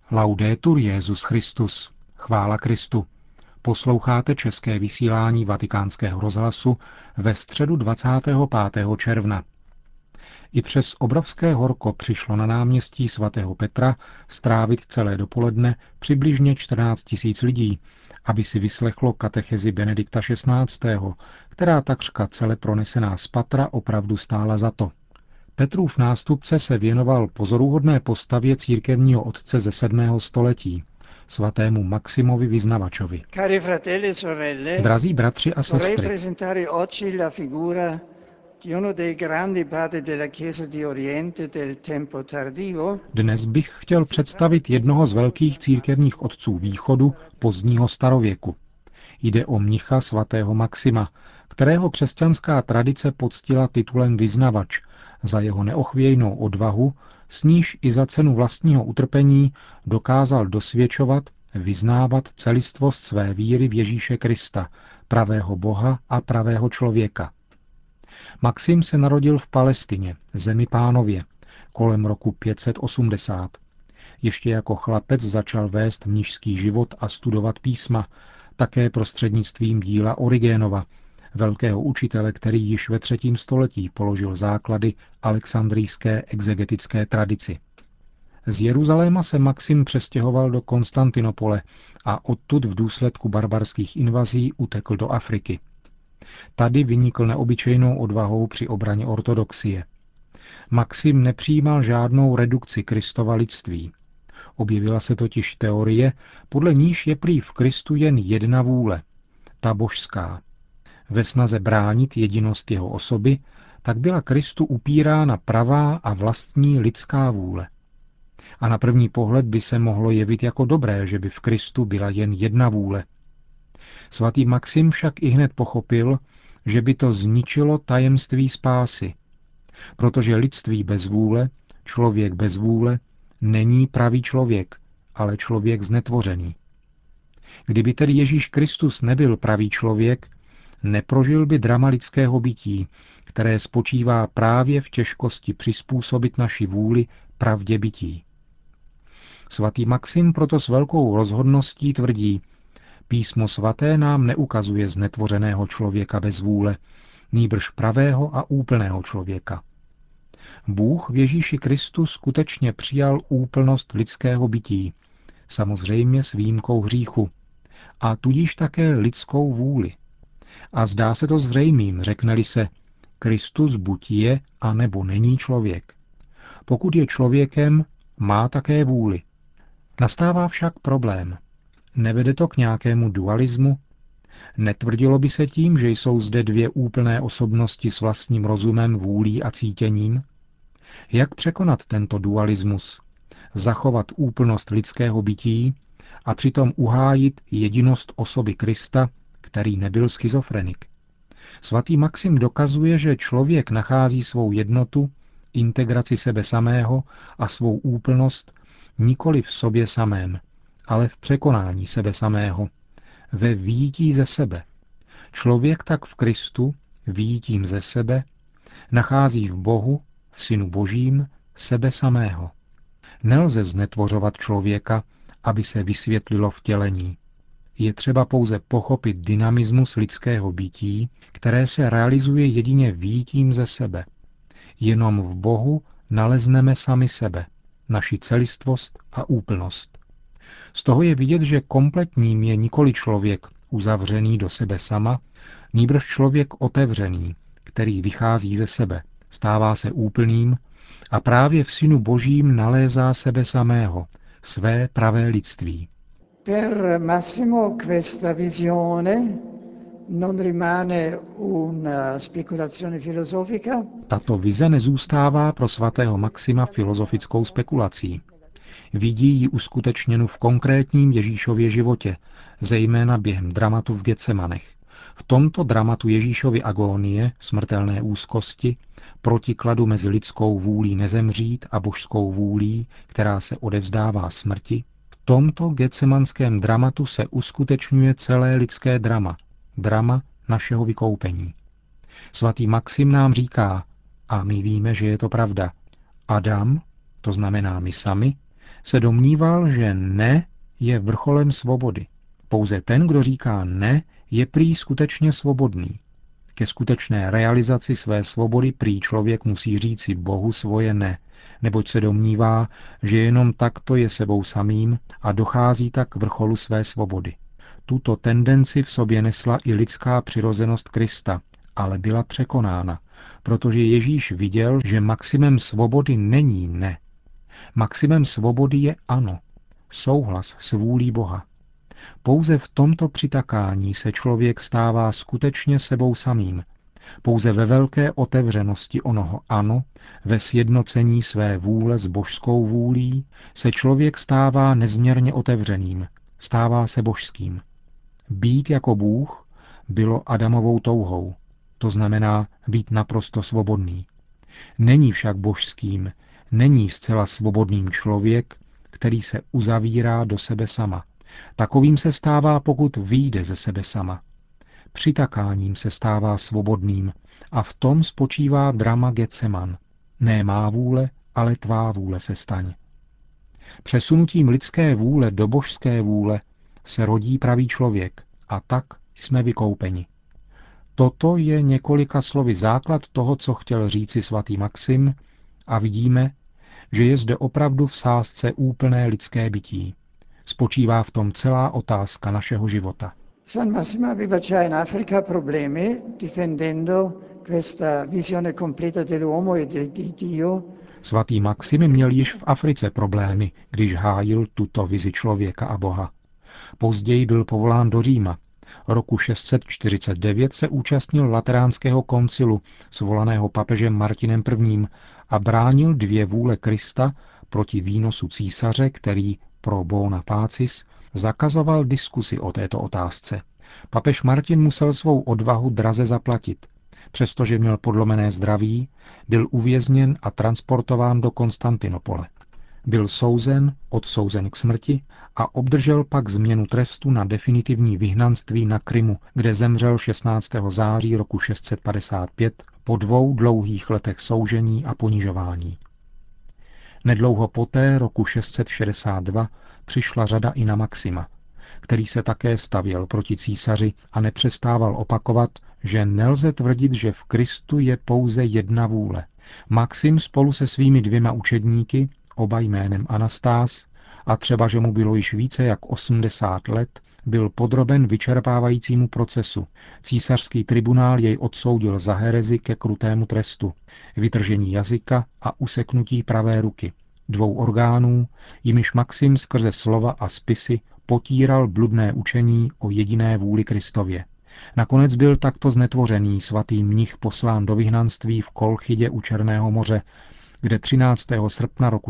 Laudetur Jesus Christus. Chvála Kristu. Posloucháte české vysílání Vatikánského rozhlasu ve středu 25. června. I přes obrovské horko přišlo na náměstí svatého Petra strávit celé dopoledne přibližně 14 000 lidí, aby si vyslechlo katechezi Benedikta XVI., která takřka celé pronesená z patra opravdu stála za to. Petrův nástupce se věnoval pozoruhodné postavě církevního otce ze 7. století, svatému Maximovi Vyznavačovi. Drazí bratři a sestry, dnes bych chtěl představit jednoho z velkých církevních otců východu pozdního starověku. Jde o mnicha svatého Maxima, kterého křesťanská tradice poctila titulem vyznavač za jeho neochvějnou odvahu, s níž i za cenu vlastního utrpení dokázal dosvědčovat, vyznávat celistvost své víry v Ježíše Krista, pravého Boha a pravého člověka. Maxim se narodil v Palestině, zemi Pánově, kolem roku 580. Ještě jako chlapec začal vést mnišský život a studovat písma, také prostřednictvím díla Origénova, velkého učitele, který již ve 3. století položil základy alexandrijské exegetické tradici. Z Jeruzaléma se Maxim přestěhoval do Konstantinopole a odtud v důsledku barbarských invazí utekl do Afriky. Tady vynikl neobyčejnou odvahou při obraně ortodoxie. Maxim nepřijímal žádnou redukci Kristova lidství. Objevila se totiž teorie, podle níž je prý v Kristu jen jedna vůle, ta božská. Ve snaze bránit jedinost jeho osoby, tak byla Kristu upírána pravá a vlastní lidská vůle. A na první pohled by se mohlo jevit jako dobré, že by v Kristu byla jen jedna vůle. Svatý Maxim však ihned pochopil, že by to zničilo tajemství spásy, protože lidství bez vůle, člověk bez vůle, není pravý člověk, ale člověk znetvořený. Kdyby tedy Ježíš Kristus nebyl pravý člověk, neprožil by drama lidského bytí, které spočívá právě v těžkosti přizpůsobit naši vůli pravdě bytí. Svatý Maxim proto s velkou rozhodností tvrdí, Písmo svaté nám neukazuje znetvořeného člověka bez vůle, nýbrž pravého a úplného člověka. Bůh v Ježíši Kristu skutečně přijal úplnost lidského bytí, samozřejmě s výjimkou hříchu, a tudíž také lidskou vůli. A zdá se to zřejmým, řekne-li se, Kristus buď je, a nebo není člověk. Pokud je člověkem, má také vůli. Nastává však problém. Nevede to k nějakému dualismu? Netvrdilo by se tím, že jsou zde dvě úplné osobnosti s vlastním rozumem, vůlí a cítěním? Jak překonat tento dualismus? Zachovat úplnost lidského bytí a přitom uhájit jedinost osoby Krista, který nebyl schizofrenik. Svatý Maxim dokazuje, že člověk nachází svou jednotu, integraci sebe samého a svou úplnost nikoli v sobě samém, ale v překonání sebe samého, ve vyjití ze sebe. Člověk tak v Kristu, vyjitím ze sebe, nachází v Bohu, v Synu Božím, sebe samého. Nelze znetvořovat člověka, aby se vysvětlilo vtělení. Je třeba pouze pochopit dynamismus lidského bytí, které se realizuje jedině vyjitím ze sebe. Jenom v Bohu nalezneme sami sebe, naši celistvost a úplnost. Z toho je vidět, že kompletním je nikoli člověk uzavřený do sebe sama, nýbrž člověk otevřený, který vychází ze sebe, stává se úplným a právě v Synu Božím nalézá sebe samého, své pravé lidství. Per Massimo questa visione non rimane una speculazione filosofica. Tato vize nezůstává pro svatého Maxima filozofickou spekulací. Vidí ji uskutečněnu v konkrétním Ježíšově životě, zejména během dramatu v Getsemanech. V tomto dramatu Ježíšovy agónie, smrtelné úzkosti, protikladu mezi lidskou vůlí nezemřít a božskou vůlí, která se odevzdává smrti, v tomto getsemanském dramatu se uskutečňuje celé lidské drama, drama našeho vykoupení. Svatý Maxim nám říká, a my víme, že je to pravda, Adam, to znamená my sami, se domníval, že ne je vrcholem svobody. Pouze ten, kdo říká ne, je prý skutečně svobodný. Ke skutečné realizaci své svobody prý člověk musí říci Bohu svoje ne, neboť se domnívá, že jenom takto je sebou samým a dochází tak k vrcholu své svobody. Tuto tendenci v sobě nesla i lidská přirozenost Krista, ale byla překonána, protože Ježíš viděl, že maximem svobody není ne. Maximem svobody je ano, souhlas s vůlí Boha. Pouze v tomto přitakání se člověk stává skutečně sebou samým. Pouze ve velké otevřenosti onoho ano, ve sjednocení své vůle s božskou vůlí, se člověk stává nezměrně otevřeným, stává se božským. Být jako Bůh bylo Adamovou touhou, to znamená být naprosto svobodný. Není však božským, není zcela svobodným člověk, který se uzavírá do sebe sama. Takovým se stává, pokud vyjde ze sebe sama. Přitakáním se stává svobodným a v tom spočívá drama Getseman. Ne má vůle, ale tvá vůle se staň. Přesunutím lidské vůle do božské vůle se rodí pravý člověk a tak jsme vykoupeni. Toto je několika slovy základ toho, co chtěl říci svatý Maxim, a vidíme, že je zde opravdu v sázce úplné lidské bytí. Spočívá v tom celá otázka našeho života. San Massimo aveva già in Africa problemi difendendo questa visione completa dell'uomo e di Dio. Svatý Maxim měl již v Africe problémy, když hájil tuto vizi člověka a Boha. Později byl povolán do Říma. Roku 649 se účastnil Lateránského koncilu, svolaného papežem Martinem I. a bránil dvě vůle Krista proti výnosu císaře, který pro bona pacis zakazoval diskusi o této otázce. Papež Martin musel svou odvahu draze zaplatit. Přestože měl podlomené zdraví, byl uvězněn a transportován do Konstantinopole. Byl souzen, odsouzen k smrti a obdržel pak změnu trestu na definitivní vyhnanství na Krymu, kde zemřel 16. září roku 655 po 2 dlouhých letech soužení a ponižování. Nedlouho poté, roku 662, přišla řada i na Maxima, který se také stavěl proti císaři a nepřestával opakovat, že nelze tvrdit, že v Kristu je pouze jedna vůle. Maxim spolu se svými 2 učedníky, oba jménem Anastás, a třeba, že mu bylo již více jak 80 let, byl podroben vyčerpávajícímu procesu. Císařský tribunál jej odsoudil za herezi ke krutému trestu, vytržení jazyka a useknutí pravé ruky, 2 orgánů, jimiž Maxim skrze slova a spisy potíral bludné učení o jediné vůli Kristově. Nakonec byl takto znetvořený svatý mnich poslán do vyhnanství v Kolchidě u Černého moře, kde 13. srpna roku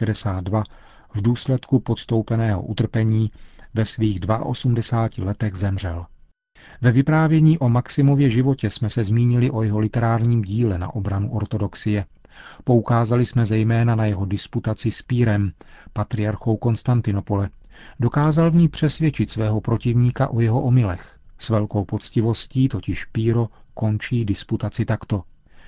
662 v důsledku podstoupeného utrpení ve svých 82 letech zemřel. Ve vyprávění o Maximově životě jsme se zmínili o jeho literárním díle na obranu ortodoxie. Poukázali jsme zejména na jeho disputaci s Pírem, patriarchou Konstantinopole. Dokázal v ní přesvědčit svého protivníka o jeho omylech. S velkou poctivostí totiž Píro končí disputaci takto.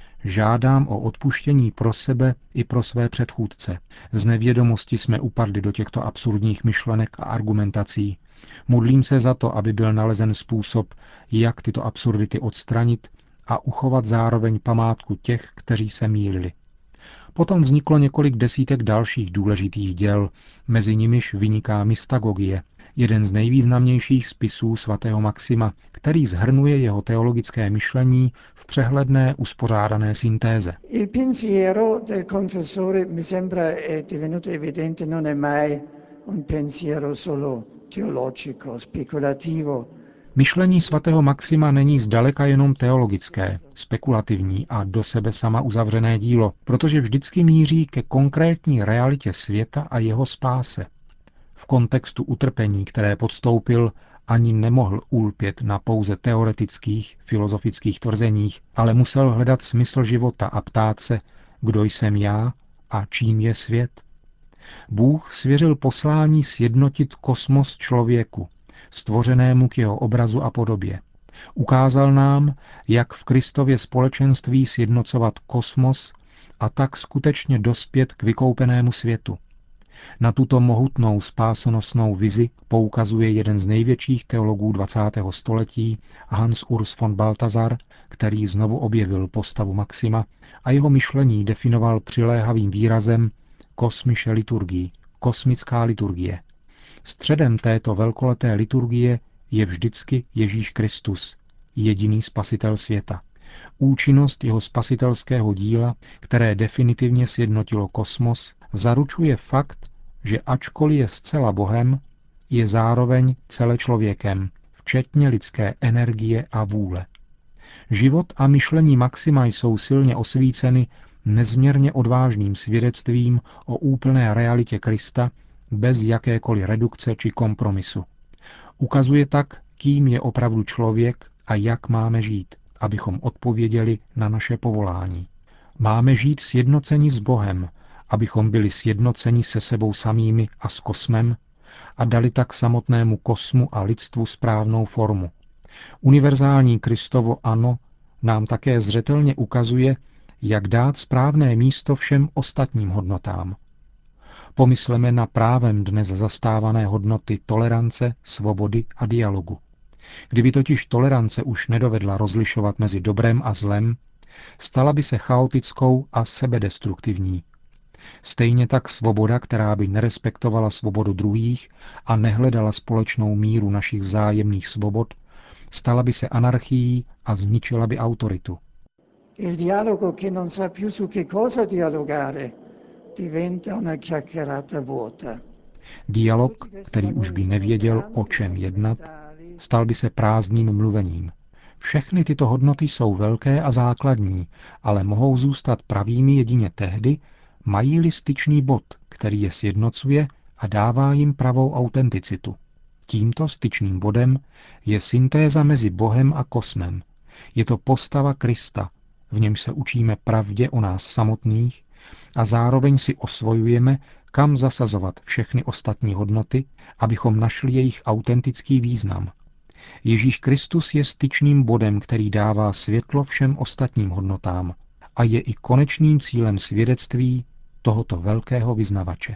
Žádám o odpuštění pro sebe i pro své předchůdce. Z nevědomosti jsme upadli do těchto absurdních myšlenek a argumentací. Modlím se za to, aby byl nalezen způsob, jak tyto absurdity odstranit a uchovat zároveň památku těch, kteří se mýlili. Potom vzniklo několik desítek dalších důležitých děl, mezi nimiž vyniká Mystagogie, jeden z nejvýznamnějších spisů svatého Maxima, který shrnuje jeho teologické myšlení v přehledné, uspořádané syntéze. Il pensiero del confessore mi sembra è divenuto evidente non è mai un pensiero solo teologico, speculativo. Myšlení svatého Maxima není zdaleka jenom teologické, spekulativní a do sebe sama uzavřené dílo, protože vždycky míří ke konkrétní realitě světa a jeho spáse. V kontextu utrpení, které podstoupil, ani nemohl ulpět na pouze teoretických, filozofických tvrzeních, ale musel hledat smysl života a ptát se, kdo jsem já a čím je svět. Bůh svěřil poslání sjednotit kosmos člověku, stvořenému k jeho obrazu a podobě. Ukázal nám, jak v Kristově společenství sjednocovat kosmos a tak skutečně dospět k vykoupenému světu. Na tuto mohutnou spásonosnou vizi poukazuje jeden z největších teologů 20. století Hans Urs von Balthasar, který znovu objevil postavu Maxima a jeho myšlení definoval přiléhavým výrazem kosmische liturgii, kosmická liturgie. Středem této velkolepé liturgie je vždycky Ježíš Kristus, jediný spasitel světa. Účinnost jeho spasitelského díla, které definitivně sjednotilo kosmos, zaručuje fakt, že ačkoliv je zcela Bohem, je zároveň celé člověkem, včetně lidské energie a vůle. Život a myšlení Maxima jsou silně osvíceny nezměrně odvážným svědectvím o úplné realitě Krista bez jakékoliv redukce či kompromisu. Ukazuje tak, kým je opravdu člověk a jak máme žít, abychom odpověděli na naše povolání. Máme žít sjednoceni s Bohem, abychom byli sjednoceni se sebou samými a s kosmem a dali tak samotnému kosmu a lidstvu správnou formu. Univerzální Kristovo ano nám také zřetelně ukazuje, jak dát správné místo všem ostatním hodnotám. Pomysleme na právem dnes zastávané hodnoty tolerance, svobody a dialogu. Kdyby totiž tolerance už nedovedla rozlišovat mezi dobrem a zlem, stala by se chaotickou a sebedestruktivní. Stejně tak svoboda, která by nerespektovala svobodu druhých a nehledala společnou míru našich vzájemných svobod, stala by se anarchií a zničila by autoritu. Il dialogo che non sa più su che cosa dialogare diventa una chiacchierata vuota. Dialog, který už by nevěděl, o čem jednat, stal by se prázdným mluvením. Všechny tyto hodnoty jsou velké a základní, ale mohou zůstat pravými jedině tehdy, mají-li styčný bod, který je sjednocuje a dává jim pravou autenticitu. Tímto styčným bodem je syntéza mezi Bohem a kosmem. Je to postava Krista, v němž se učíme pravdě o nás samotných a zároveň si osvojujeme, kam zasazovat všechny ostatní hodnoty, abychom našli jejich autentický význam. Ježíš Kristus je styčným bodem, který dává světlo všem ostatním hodnotám a je i konečným cílem svědectví tohoto velkého vyznavače.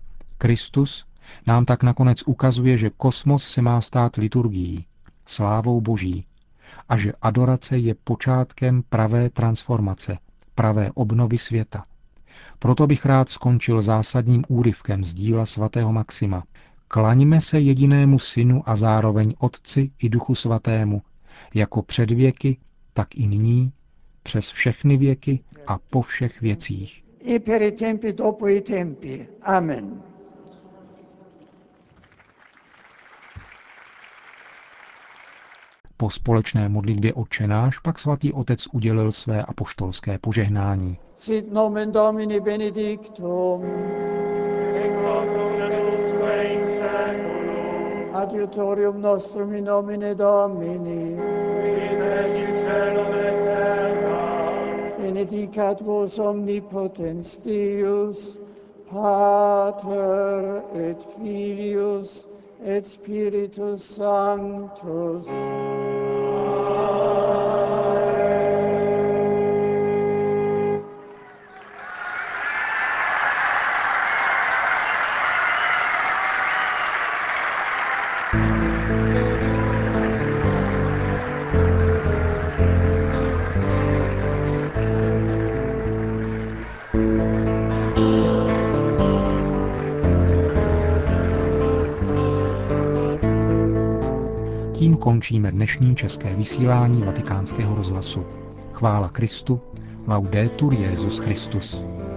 Kristus nám tak nakonec ukazuje, že kosmos se má stát liturgií, slávou Boží, a že adorace je počátkem pravé transformace, pravé obnovy světa. Proto bych rád skončil zásadním úryvkem z díla svatého Maxima. Klaňme se jedinému Synu a zároveň Otci i Duchu Svatému, jako před věky, tak i nyní, přes všechny věky a po všech věcích. E per i tempi dopo i tempi. Amen. Po společné modlitbě Otče náš pak svatý otec udělil své apoštolské požehnání. Sit nomen Domini benedictum. Ex hoc nunc et usque in saeculum. Adiutorium nostrum in nomine Domini. Qui fecit caelum et terra. Benedicat vos omnipotens Deus, Pater et Filius et Spiritus Sanctus. Tím končíme dnešní české vysílání Vatikánského rozhlasu. Chvála Kristu, laudetur Jesus Christus.